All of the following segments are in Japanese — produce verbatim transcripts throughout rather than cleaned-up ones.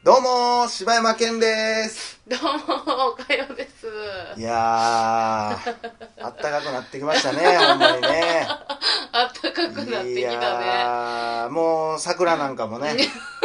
どうも柴山健です。 どうもおかよです。 いやーあったかくなってきましたねほんまにね。 あったかくなってきたね。いやーもう桜なんかもね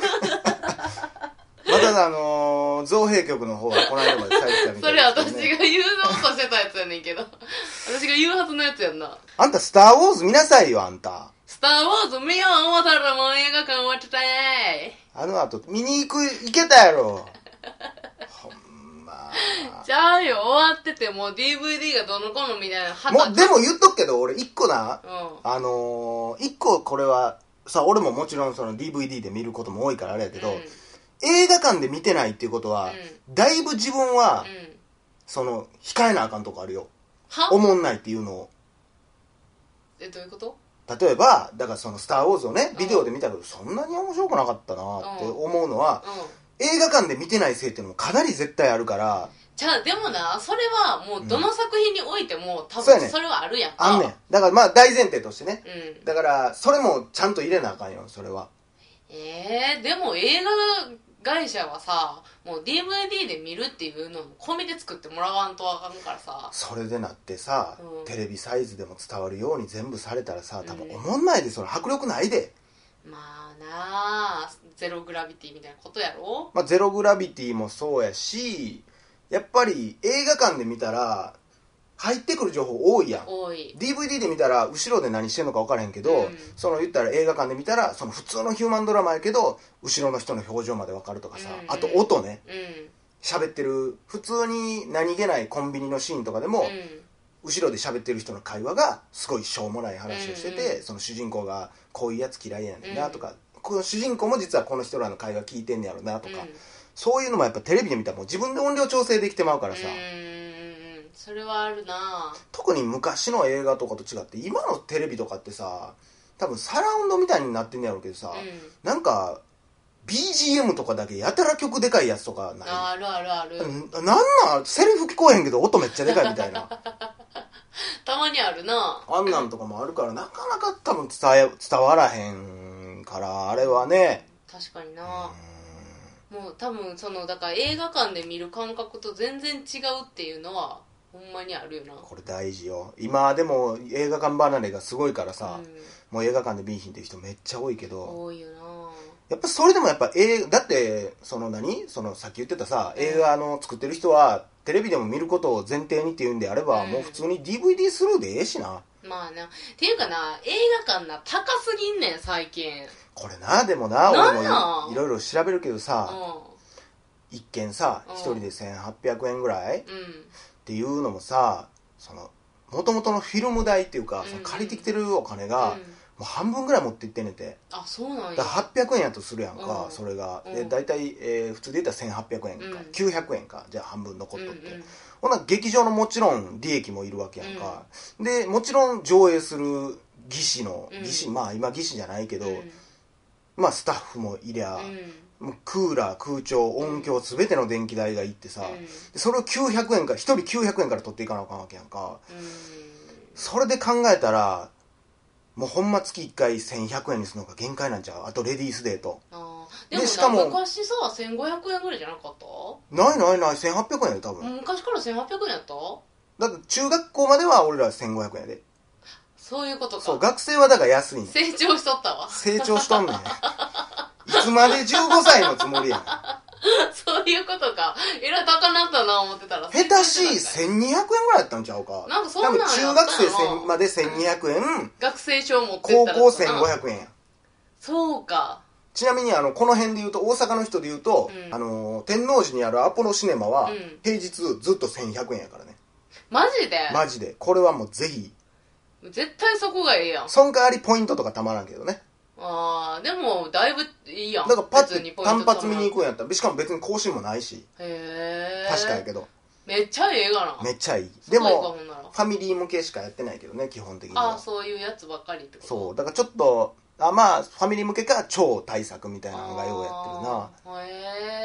またあのー、造幣局の方はこの間まで咲いてたみたいですけど、ね、 それ私が言うのとしてたやつやねんけど私が言うはずのやつやんな。 あんたスターウォーズ見なさいよ。あんたスターウォーズ見よう思ったらもう映画館終わってたね。 あの後見に行く行けたやろほんまちゃうよ、終わっててもう ディーブイディー がどのこのみたいな。 もうでも言っとくけど俺一個な、 うん、 あのー、一個これはさ、俺ももちろんその ディーブイディー で見ることも多いからあれやけど、うん、映画館で見てないっていうことは、うん、だいぶ自分は、うん、その控えなあかんとこあるよ。 はおもんないっていうのを。 え、どういうこと？ 例えばだからそのスターウォーズをねビデオで見たけど、うん、そんなに面白くなかったなって思うのは、うん、映画館で見てないせいっていうのもかなり絶対あるから。 じゃあでもな、それはもうどの作品においても、うん、多分それはあるやんか。 あんねん。だからまあ大前提としてね、 うん、 だからそれもちゃんと入れなあかんよそれは。 えー、でも映画会社はさ、もう ディーブイディー で見るっていうのも込みで作ってもらわんとあかんからさ。 それでなってさ、うん、テレビサイズでも伝わるように全部されたらさ、多分うん、 思んないで、その迫力ないで。 まあなあ、ゼログラビティみたいなことやろ。 まあゼログラビティもそうやし、やっぱり映画館で見たら入ってくる情報多いやん。 多い。 ディーブイディー で見たら後ろで何してんのか分からへんけど、うん、その言ったら映画館で見たらその普通のヒューマンドラマやけど後ろの人の表情まで分かるとかさ、うんうん、あと音ね、喋、うん、ってる普通に何気ないコンビニのシーンとかでも、うん、後ろで喋ってる人の会話がすごいしょうもない話をしてて、うんうん、その主人公がこういうやつ嫌いやねんなとか、うん、この主人公も実はこの人らの会話聞いてんねやろなとか、うん、そういうのもやっぱテレビで見たらもう自分で音量調整できてまうからさ、 うんそれはあるな。 特に昔の映画とかと違って今のテレビとかってさ、多分サラウンドみたいになってんねやろうけどさ、うん、なんか ビージーエム とかだけやたら曲でかいやつとかない？ あるあるある。 なんなんセリフ聞こえへんけど音めっちゃでかいみたいなたまにあるな。 あんなんとかもあるからなかなか多分伝え伝わらへんからあれはね。 確かにな。もう多分そのだから映画館で見る感覚と全然違うっていうのはほんまにあるよな。 これ大事よ。今でも映画館離れがすごいからさ、うん、もう映画館で見いひんっていう人めっちゃ多いけど、 多いよな。 やっぱそれでもやっぱ映画だってその何そのさっき言ってたさ、うん、映画の作ってる人はテレビでも見ることを前提にっていうんであれば、うん、もう普通に ディーブイディー スルーでええしな。 まあな。っていうかな、映画館な高すぎんねん最近。 これな、でもな俺もいろいろ調べるけどさ、うん、一軒さ一人でせんはっぴゃくえんぐらい、うん、っていうのもさ、その元々のフィルム代っていうか、うん、その借りてきてるお金が、うん、もう半分ぐらい持っていってんねんて。 あ、そうなんや。 だからはっぴゃくえんやとするやんか、うん、それが、うん、で大体、えー、普通で言ったらせんはっぴゃくえんか、うん、きゅうひゃくえんか、じゃあ半分残っとって、うんうん、ほな劇場のもちろん利益もいるわけやんか、うん、でもちろん上映する技師の技師、うん、まあ今技師じゃないけど、うん、まあスタッフもいりゃ、うん、クーラー空調音響全ての電気代がいってさ、うん、でそれをきゅうひゃくえんかひとりきゅうひゃくえんから取っていかなあかんわけやんか、うん、それで考えたらもうほんま月いっかいせんひゃくえんにするのが限界なんちゃう。あとレディースデーと。 あでもでしかも昔させんごひゃくえんぐらいじゃなかった？ ないないないせんはっぴゃくえんやで多分。 昔からせんはっぴゃくえんやった？ だって中学校までは俺らせんごひゃくえんやで。 そういうことか。 そう学生はだから安いねん。 成長しとったわ。 成長しとんねんいつまでじゅうごさいのつもりやんそういうことか。えらい高なったな思ってたら下手しいせんにひゃくえんぐらいやったんちゃうか。 なんかそんなんやった多分中学生までせんにひゃくえん、うん、 学生証持ってったら高校せんごひゃくえんや。 そうか。 ちなみにあのこの辺で言うと大阪の人で言うと、うん、あの天王寺にあるアポロシネマは、うん、平日ずっとせんひゃくえんやからね。 マジで？ マジでこれはもうぜひ絶対そこがええやん。 その代わりポイントとかたまらんけどね。 ああでもだいぶいいやん。 だからパッて単発見に行くんやったらしかも別に更新もないし。 へえ。 確かやけどめっちゃええがな。 めっちゃいい。でもファミリー向けしかやってないけどね基本的には。 ああそういうやつばっかりってこと。 そうだからちょっとあまあファミリー向けか超大作みたいなのがようやってるな。 へ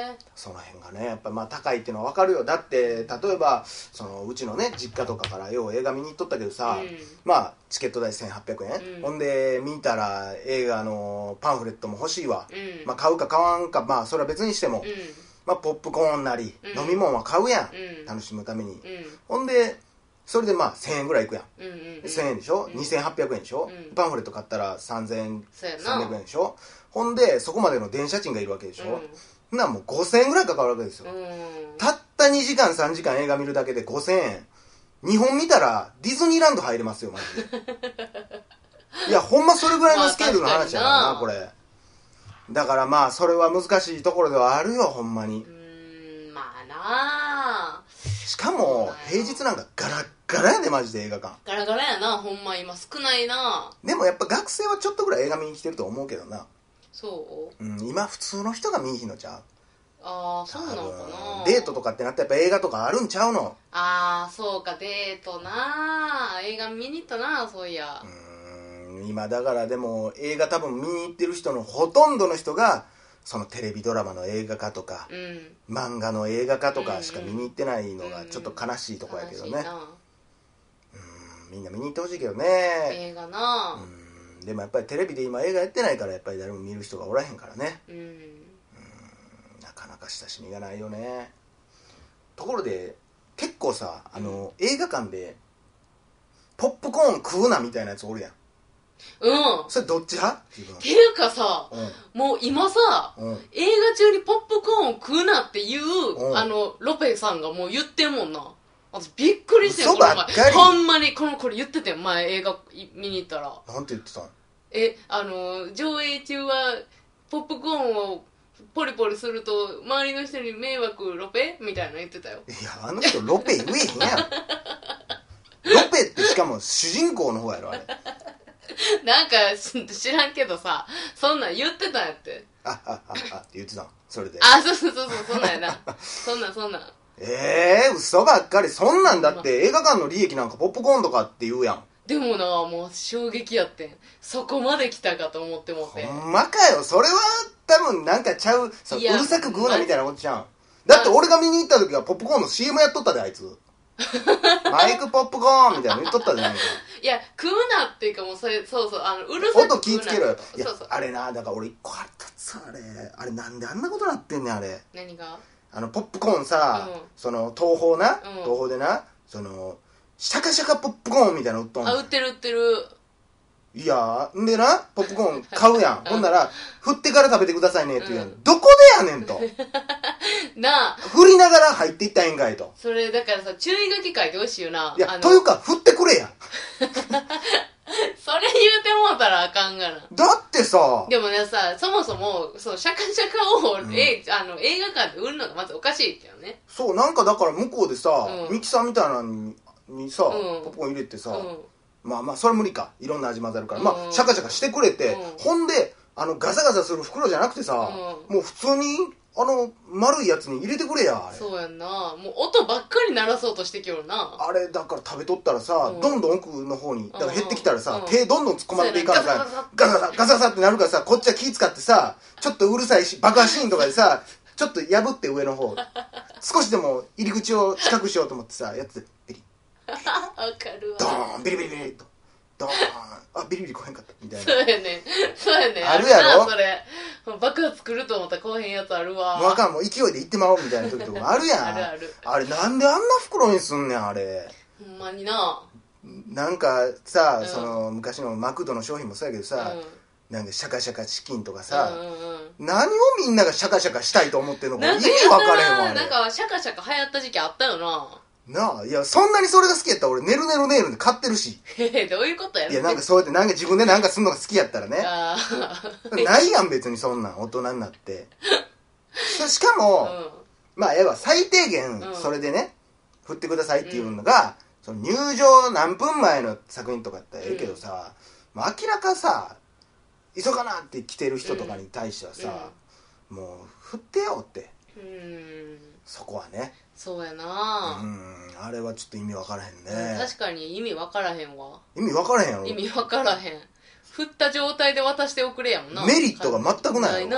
その辺がねやっぱまあ高いっていうのは分かるよ。だって例えばそのうちのね実家とかからよう映画見に行っとったけどさ、うん、まあチケット代せんはっぴゃくえん、うん、ほんで見たら映画のパンフレットも欲しいわ、うん、まあ買うか買わんかまあそれは別にしても、うん、まあポップコーンなり、うん、飲み物は買うやん、うん、楽しむために、うん、ほんでそれでまあせんえんぐらいいくやん、うんうんうん、せんえんでしょ、うん、にせんはっぴゃくえんでしょ、うん、パンフレット買ったらさんぜんさんびゃくえんでしょ。ほんでそこまでの電車賃がいるわけでしょ、うん、ほんならもうごせんえんぐらいかかるわけですよ、うん、たったにじかんさんじかん映画見るだけでごせんえん、にほん見たらディズニーランド入れますよマジでいやほんまそれぐらいのスケールの話やからな、まあ、これだからまあそれは難しいところではあるよほんまに。うーんまあなあしかも平日なんかガラッガラやでマジで映画館ガラガラやなほんま今少ないな。 でもやっぱ学生はちょっとぐらい映画見に来てると思うけどな。 そう、 うん、今普通の人が見に来んのちゃう。 ああそうなのかな。 デートとかってなったらやっぱ映画とかあるんちゃうの。 ああそうかデートな映画見に行ったなそういや。 うーん今だからでも映画多分見に行ってる人のほとんどの人がそのテレビドラマの映画化とか、うん、漫画の映画化とかしか見に行ってないのがちょっと悲しいとこやけどね、うんうん、うんみんな見に行ってほしいけどね映画な。 うんでもやっぱりテレビで今映画やってないからやっぱり誰も見る人がおらへんからね、うん、うんなかなか親しみがないよね。ところで結構さあの、うん、映画館でポップコーン食うなみたいなやつおるやん。 うんそれどっち派っていうかさ、うん、もう今さ、うん、映画中にポップコーンを食うなっていう、うん、あのロペさんがもう言ってんもんな。私びっくりしてん嘘ばっかりほんまにこのこれ言っててん前映画見に行ったら。 なんて言ってたん。 えあの上映中はポップコーンをポリポリすると周りの人に迷惑ロペみたいなの言ってたよ。 いやあの人ロペ言えへんやんロペってしかも主人公の方やろあれなんか知らんけどさそんなん言ってたんやって。 ああああって言ってたんそれで。 あそうそうそうそうそんなんやなそんなんそんなんええー、嘘ばっかり。そんなんだって映画館の利益なんかポップコーンとかって言うやん。 でもなもう衝撃やってんそこまで来たかと思ってもって。 ほんまかよ。それは多分なんかちゃううるさく食うなみたいなことちゃうん。だって俺が見に行った時はポップコーンの シーエム やっとったであいつマイクポップコーンみたいなの言っとったじゃないか。 いや食うなっていうかもうそれそうそうあのうるさく音気ぃつけろよ。いやそうそうあれなだから俺一個あったさあれあれなんであんなことなってんねんあれ。 何があのポップコーンさ、うん、その東宝な、うん、東宝でなそのシャカシャカポップコーンみたいなの売っとんねん。 あ売ってる売ってる。 いやんでなポップコーン買うやん、うん、ほんなら振ってから食べてくださいねって言うやん、うん、どこでやねんとなあ振りながら入っていったらええんかいと。 それだからさ注意書き書いてほしいよな。 いやというか振ってくれやそれ言うてもうたらあかんがな。 だってさでもねさそもそもそうシャカシャカを、うん、えあの映画館で売るのがまずおかしいってよね。 そうなんかだから向こうでさ、うん、ミキサーみたいなのににさ、うん、ポップコーン入れてさ、うん、まあまあそれ無理かいろんな味混ざるから、うん、まあシャカシャカしてくれて、うん、ほんであのガサガサする袋じゃなくてさ、うん、もう普通にあの丸いやつに入れてくれやあれ。 そうやんなもう音ばっかり鳴らそうとしてきよるなあれだから食べとったらさ、うん、どんどん奥の方にだから減ってきたらさ、うん、手どんどん突っ込まれていかなさガサガサガサガサってなるからさこっちは気使ってさちょっとうるさいし爆破シーンとかでさちょっと破って上の方少しでも入り口を近くしようと思ってさやってビリわかるわドーンビリビリビリとドーンあビリビリ来へんかったみたいな。 そうやねそうやねあるやろそれ爆発作ると思ったら来へんやつあるわ。 もうあかんもう勢いで行ってまおうみたいな時とかあるやんあるあるあれなんであんな袋にすんねんあれほんまにな。 なんかさ、 うん、 その昔のマクドの商品もそうやけどさ、うんなんかシャカシャカチキンとかさ、うんうんうん、何をみんながシャカシャカしたいと思ってんのか意味分かれへんわあれ。 なんかシャカシャカ流行った時期あったよな。 なあいやそんなにそれが好きやったら俺ネルネルネイルで買ってるしどういうことやろ。 いやなんかそうやってなんか自分でなんかすんのが好きやったらねあないやん別にそんなん大人になってしかも、うん、まあええわ最低限それでね、うん、振ってくださいっていうのが、うん、その入場何分前の作品とかやったらええけどさ、うん、もう明らかさ急がなって来てる人とかに対してはさ、うん、もう振ってよってうんそこはね。 そうやなうんあれはちょっと意味分からへんね、 うん、確かに意味分からへんわ。 意味分からへんやろ。 意味分からへん振った状態で渡しておくれやもんな。 メリットが全くないやろ。 ないな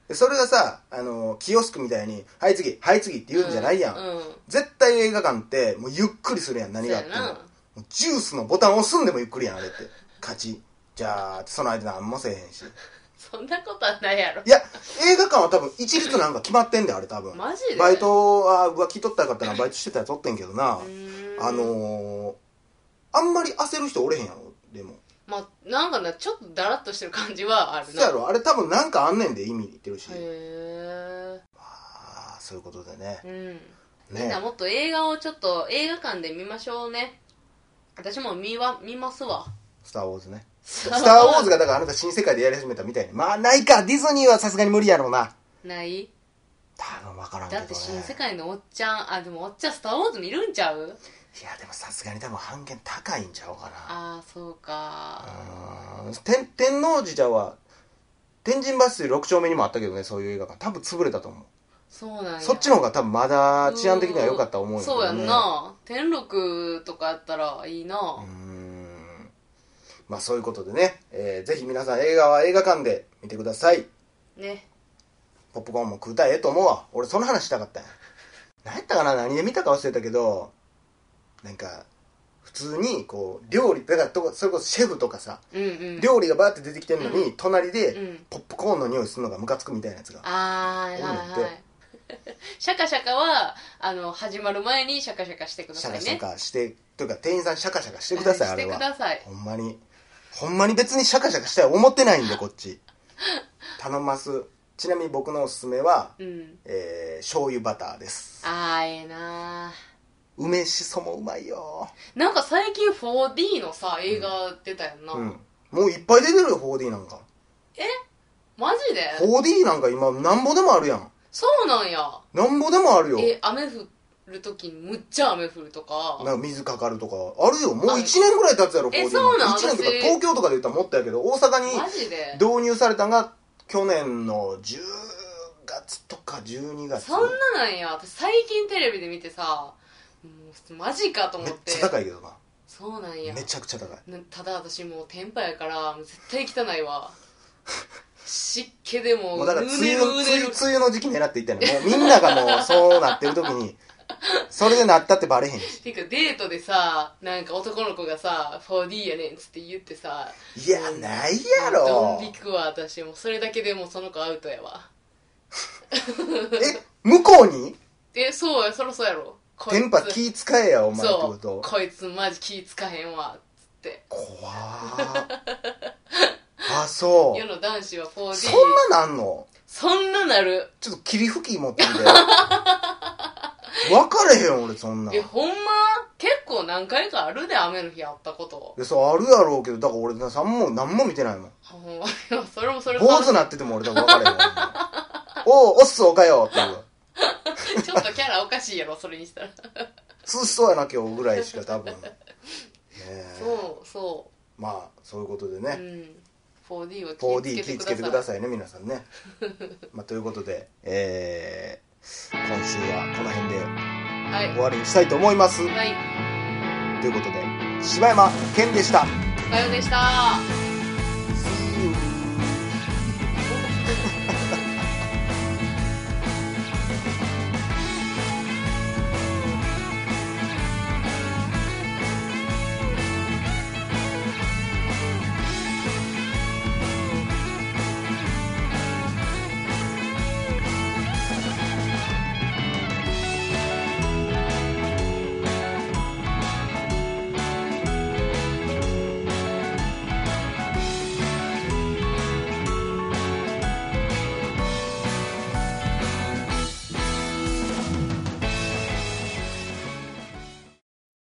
でそれがさ、あのキヨスクみたいに「はい次はい次」って言うんじゃないやん、 うんうん、 絶対映画館ってもうゆっくりするやん、何があっても。もうジュースのボタン押すんでもゆっくりやん、あれって。カチじゃあその間何もせえへんし。 そんなことはないやろ。 いや映画館は多分一律なんか決まってんだよ、あれ多分。 マジで？ バイトは浮気取ったらよかったな、バイトしてたら取ってんけどな。あのー、あんまり焦る人おれへんやろ。でもまあなんかな、ちょっとダラッとしてる感じはあるな。 そうやろ、あれ多分なんかあんねんで、意味言ってるし。へえ。 ああ、そういうことでね、 うん、 ね、 みんなもっと映画をちょっと映画館で見ましょうね。私も見は見ますわ。 スター・ウォーズね。スター・ウォーズがだからあなた新世界でやり始めたみたいに、まあないか、ディズニーはさすがに無理やろうな。 ない？ 多分分からんけどね。 だって新世界のおっちゃん、あでもおっちゃんスター・ウォーズ見るんちゃう？ いやでもさすがに多分半減高いんちゃうかな。 ああそうか。 うん、天天王寺ちゃうは天神橋筋ろく丁目にもあったけどね、そういう映画館多分潰れたと思う。 そうなんや。 そっちの方が多分まだ治安的には良かったと思うんだけどね。 そうやんな、天禄とかやったらいいな。 うーん、まあそういうことでね、えー、ぜひ皆さん映画は映画館で見てくださいね。 ポップコーンも食うたらええと思うわ。俺その話したかったんや。何やったかな、何で見たか忘れたけど、なんか普通にこう料理だからそれこそシェフとかさ、 うんうん、 料理がバーって出てきてるのに、うん、隣で、 うん、 ポップコーンの匂いするのがムカつくみたいなやつがあーはいはいはいシャカシャカはあの始まる前にシャカシャカしてくださいね。 シャカシャカしてというか店員さんシャカシャカしてください、あれはしてください。 ほんまにほんまに別にシャカシャカしたい思ってないんでこっち頼ます。ちなみに僕のおすすめは、うんえー、醤油バターです。 あーええなー。 梅しそもうまいよ。 なんか最近 フォーディー のさ映画出たやんな、 うんうん、もういっぱい出てるよ フォーディー なんか。 えマジでフォーディー なんか今なんぼでもあるやん。 そうなんや。 なんぼでもあるよ。 え雨降る時にむっちゃ雨降るとかなんか水かかるとかあるよ。もういちねんぐらい経つやろ フォーディー。えそうなん？ いちねんとか東京とかで言ったらもっとやけど大阪に導入されたのが去年のじゅうがつとかじゅうにがつ。 そんななんや。私最近テレビで見てさもうマジかと思って。 めっちゃ高いけどな。 そうなんや。 めちゃくちゃ高い。 ただ私もうテンパやからもう絶対汚いわ湿気でもうもうだから梅雨の梅雨梅雨の時期狙っていったの。もうみんながもうそうなってる時にそれでなったってバレへんし。 てかデートでさなんか男の子がさ フォーディー やねんっつって言ってさ、 いやないやろ。 ドン引くわ私も。それだけでもうその子アウトやわえ向こうにえそうやそろそろやろ。 電波気使えやお前ってこと。 そうこいつマジ気使へんわっつって怖ーあそう世の男子は フォーディーそんななんの。 そんななる。 ちょっと霧吹き持ってみて分かれへん俺そんなん。 えほんま結構何回かあるで雨の日あったこと。 いやそうあるやろうけどだから俺さんも何も見てないもん。 ほんまそれもそれ坊主なってても俺多分分かれへんおおっすおかよっていうちょっとキャラおかしいやろそれにしたら涼しそうやな今日ぐらいしか多分ねそうそうまあそういうことでね、うん、 フォーディー をフォーディー 気をつけてくださいね皆さんねまあということで、えー、今週はこの辺で終わりにしたいと思います、はい、ということで柴山健でした。 おかよでした。